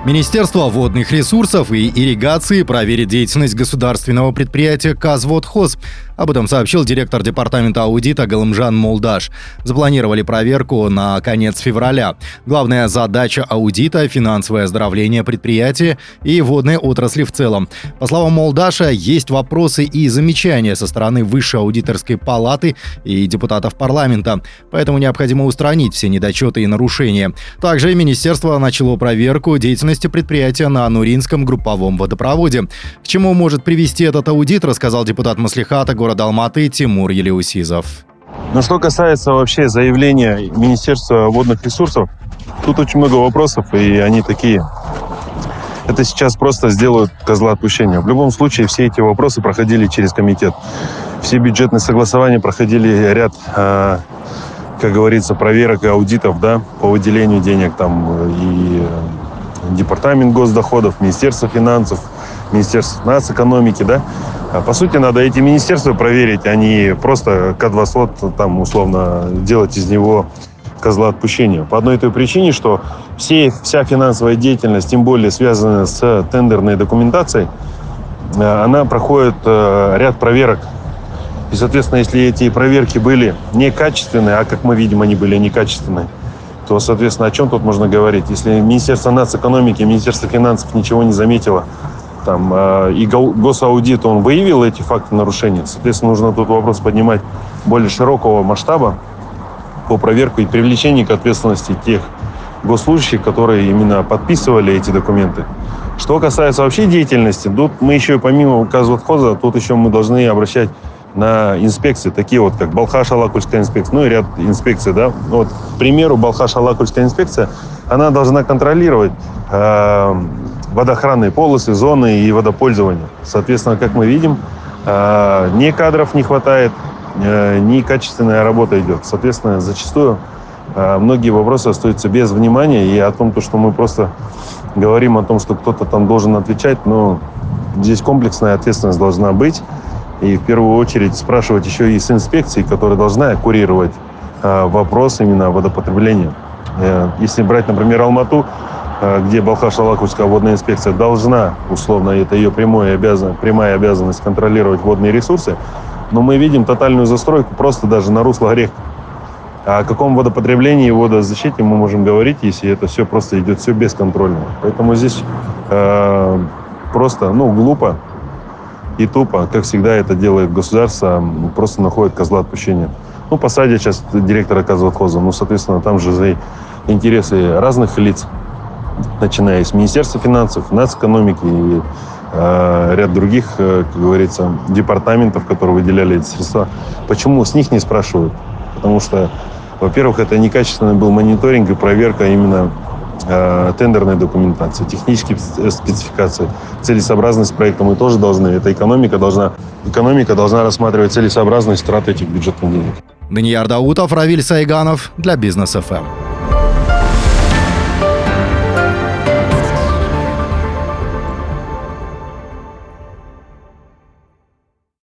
Министерство водных ресурсов и ирригации проверит деятельность государственного предприятия «Казводхоз». Об этом сообщил директор департамента аудита Галымжан Молдаш. Запланировали проверку на конец февраля. Главная задача аудита – финансовое оздоровление предприятия и водной отрасли в целом. По словам Молдаша, есть вопросы и замечания со стороны Высшей аудиторской палаты и депутатов парламента. Поэтому необходимо устранить все недочеты и нарушения. Также министерство начало проверку деятельности предприятия на Нуринском групповом водопроводе. К чему может привести этот аудит, рассказал депутат Маслихата города Алматы Тимур Елеусизов. Но что касается вообще заявления Министерства водных ресурсов, тут очень много вопросов, и они такие. Это сейчас просто сделают козла отпущения. В любом случае, все эти вопросы проходили через комитет. Все бюджетные согласования проходили ряд, как говорится, проверок и аудитов, да, по выделению денег, там и Департамент госдоходов, Министерство финансов, Министерство нацэкономики, да. По сути, надо эти министерства проверить, а не просто Кадвосвод, там, условно, делать из него козла отпущения. По одной той причине, что вся финансовая деятельность, тем более связанная с тендерной документацией, она проходит ряд проверок. И, соответственно, если эти проверки были некачественные, а как мы видим, они были некачественные, то, соответственно, о чем тут можно говорить? Если Министерство нацэкономики, Министерство финансов ничего не заметило, там, и госаудит, он выявил эти факты нарушения, соответственно, нужно тут вопрос поднимать более широкого масштаба по проверке и привлечению к ответственности тех госслужащих, которые именно подписывали эти документы. Что касается вообще деятельности, тут мы еще помимо Казводхоза, тут еще мы должны обращать на инспекции, такие вот, как Балхаш-Алакульская инспекция, ну и ряд инспекций, да. Вот, к примеру, Балхаш-Алакульская инспекция, она должна контролировать водоохранные полосы, зоны и водопользование. Соответственно, как мы видим, ни кадров не хватает, ни качественная работа идет. Соответственно, зачастую многие вопросы остаются без внимания, и о том, что мы просто говорим о том, что кто-то там должен отвечать, но здесь комплексная ответственность должна быть. И в первую очередь спрашивать еще и с инспекцией, которая должна курировать вопрос именно водопотребления. Если брать, например, Алмату, где Балхаш-Алакульская водная инспекция должна, условно, это ее прямая обязанность контролировать водные ресурсы, но мы видим тотальную застройку просто даже на руслах рек. О каком водопотреблении и водозащите мы можем говорить, если это все просто идет все бесконтрольно. Поэтому здесь просто глупо и тупо, как всегда это делает государство, просто находит козла отпущения. Посадят сейчас директора Казводхоза, соответственно, там же интересы разных лиц, начиная с Министерства финансов, нацэкономики и ряд других, как говорится, департаментов, которые выделяли эти средства. Почему с них не спрашивают? Потому что, во-первых, это некачественный был мониторинг и проверка именно тендерной документации, технические спецификации, целесообразность проекта мы тоже должны. Это экономика должна рассматривать целесообразность трат этих бюджетных денег. Данияр Даутов, Равиль Сайганов для Бизнес ФМ.